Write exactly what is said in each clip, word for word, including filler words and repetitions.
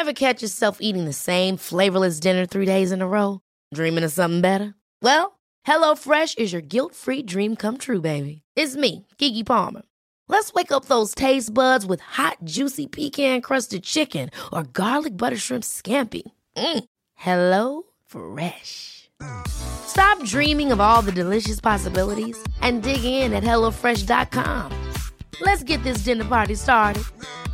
Ever catch yourself eating the same flavorless dinner three days in a row? Dreaming of something better? Well, HelloFresh is your guilt-free dream come true, baby. It's me, Keke Palmer. Let's wake up those taste buds with hot, juicy pecan-crusted chicken or garlic butter shrimp scampi. Mm. Hello Fresh. Stop dreaming of all the delicious possibilities and dig in at hello fresh dot com. Let's get this dinner party started.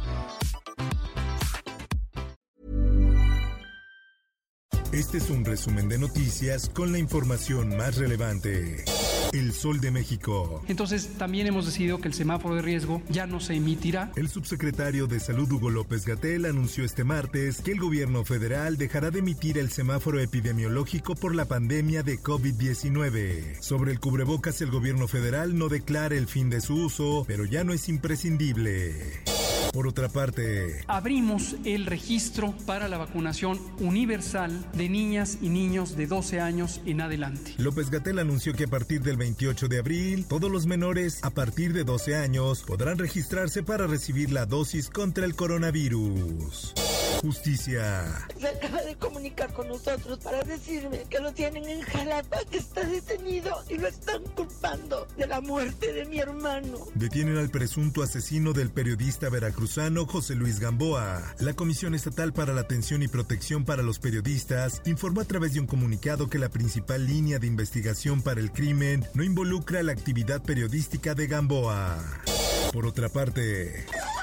Este es un resumen de noticias con la información más relevante. El Sol de México. Entonces, también hemos decidido que el semáforo de riesgo ya no se emitirá. El subsecretario de Salud, Hugo López-Gatell, anunció este martes que el gobierno federal dejará de emitir el semáforo epidemiológico por la pandemia de covid diecinueve. Sobre el cubrebocas, el gobierno federal no declara el fin de su uso, pero ya no es imprescindible. Por otra parte, abrimos el registro para la vacunación universal de niñas y niños de doce años en adelante. López-Gatell anunció que a partir del veintiocho de abril, todos los menores a partir de doce años podrán registrarse para recibir la dosis contra el coronavirus. Justicia. Se acaba de comunicar con nosotros para decirme que lo tienen en Jalapa, que está detenido y lo están culpando de la muerte de mi hermano. Detienen al presunto asesino del periodista veracruzano José Luis Gamboa. La Comisión Estatal para la Atención y Protección para los Periodistas informó a través de un comunicado que la principal línea de investigación para el crimen no involucra la actividad periodística de Gamboa. Por otra parte,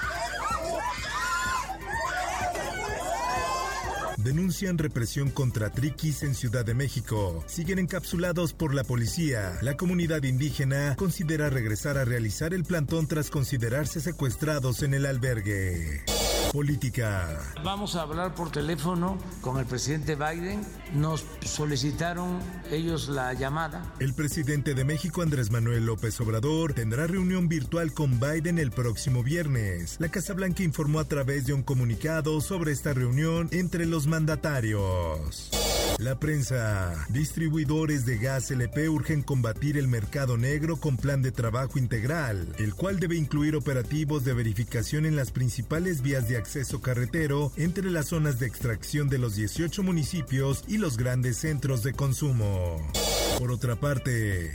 denuncian represión contra triquis en Ciudad de México. Siguen encapsulados por la policía. La comunidad indígena considera regresar a realizar el plantón tras considerarse secuestrados en el albergue. Política. Vamos a hablar por teléfono con el presidente Biden. Nos solicitaron ellos la llamada. El presidente de México, Andrés Manuel López Obrador, tendrá reunión virtual con Biden el próximo viernes. La Casa Blanca informó a través de un comunicado sobre esta reunión entre los mandatarios. La prensa. Distribuidores de gas L P urgen combatir el mercado negro con plan de trabajo integral, el cual debe incluir operativos de verificación en las principales vías de acceso carretero entre las zonas de extracción de los dieciocho municipios y los grandes centros de consumo. Por otra parte,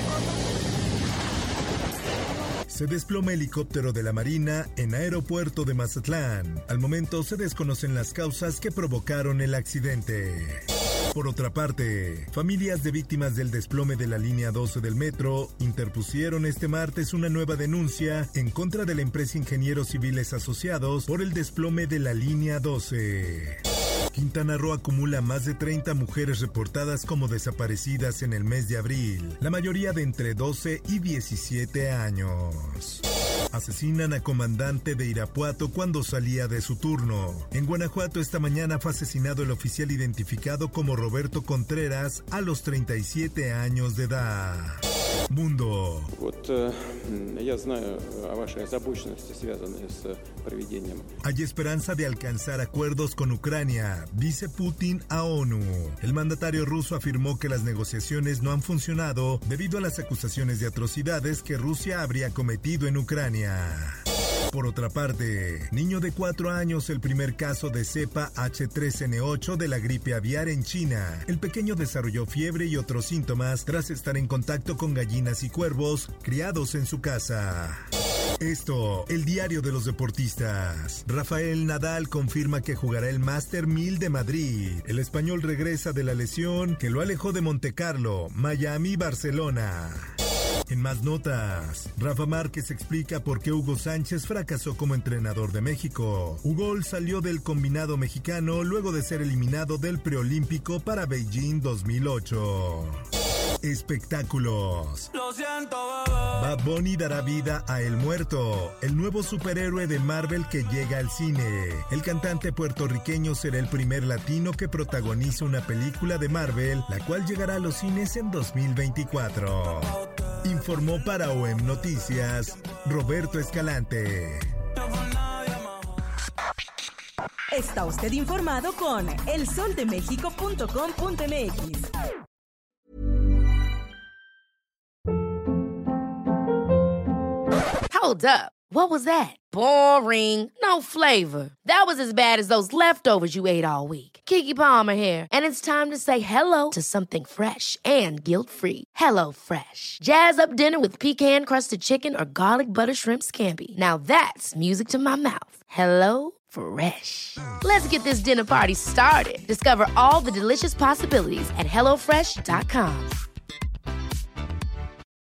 se desploma helicóptero de la Marina en aeropuerto de Mazatlán. Al momento se desconocen las causas que provocaron el accidente. Por otra parte, familias de víctimas del desplome de la línea doce del metro interpusieron este martes una nueva denuncia en contra de la empresa Ingenieros Civiles Asociados por el desplome de la línea doce. Quintana Roo acumula más de treinta mujeres reportadas como desaparecidas en el mes de abril, la mayoría de entre doce y diecisiete años. Asesinan a comandante de Irapuato cuando salía de su turno. En Guanajuato esta mañana fue asesinado el oficial identificado como Roberto Contreras a los treinta y siete años de edad. Mundo. Hay esperanza de alcanzar acuerdos con Ucrania, dice Putin a ONU. El mandatario ruso afirmó que las negociaciones no han funcionado debido a las acusaciones de atrocidades que Rusia habría cometido en Ucrania. Por otra parte, niño de cuatro años, el primer caso de cepa H tres N ocho de la gripe aviar en China. El pequeño desarrolló fiebre y otros síntomas tras estar en contacto con gallinas y cuervos criados en su casa. Esto, el diario de los deportistas. Rafael Nadal confirma que jugará el Master mil de Madrid. El español regresa de la lesión que lo alejó de Montecarlo, Miami y Barcelona. En más notas, Rafa Márquez explica por qué Hugo Sánchez fracasó como entrenador de México. Hugo salió del combinado mexicano luego de ser eliminado del preolímpico para Beijing dos mil ocho. Espectáculos. Lo siento, Bad Bunny dará vida a El Muerto, el nuevo superhéroe de Marvel que llega al cine. El cantante puertorriqueño será el primer latino que protagoniza una película de Marvel, la cual llegará a los cines en dos mil veinticuatro. Informó para O E M Noticias, Roberto Escalante. Está usted informado con el sol de méxico punto com punto m x. Hold up. What was that? Boring. No flavor. That was as bad as those leftovers you ate all week. Keke Palmer here, and it's time to say hello to something fresh and guilt-free. Hello Fresh. Jazz up dinner with pecan-crusted chicken or garlic butter shrimp scampi. Now that's music to my mouth. Hello Fresh. Let's get this dinner party started. Discover all the delicious possibilities at hello fresh dot com.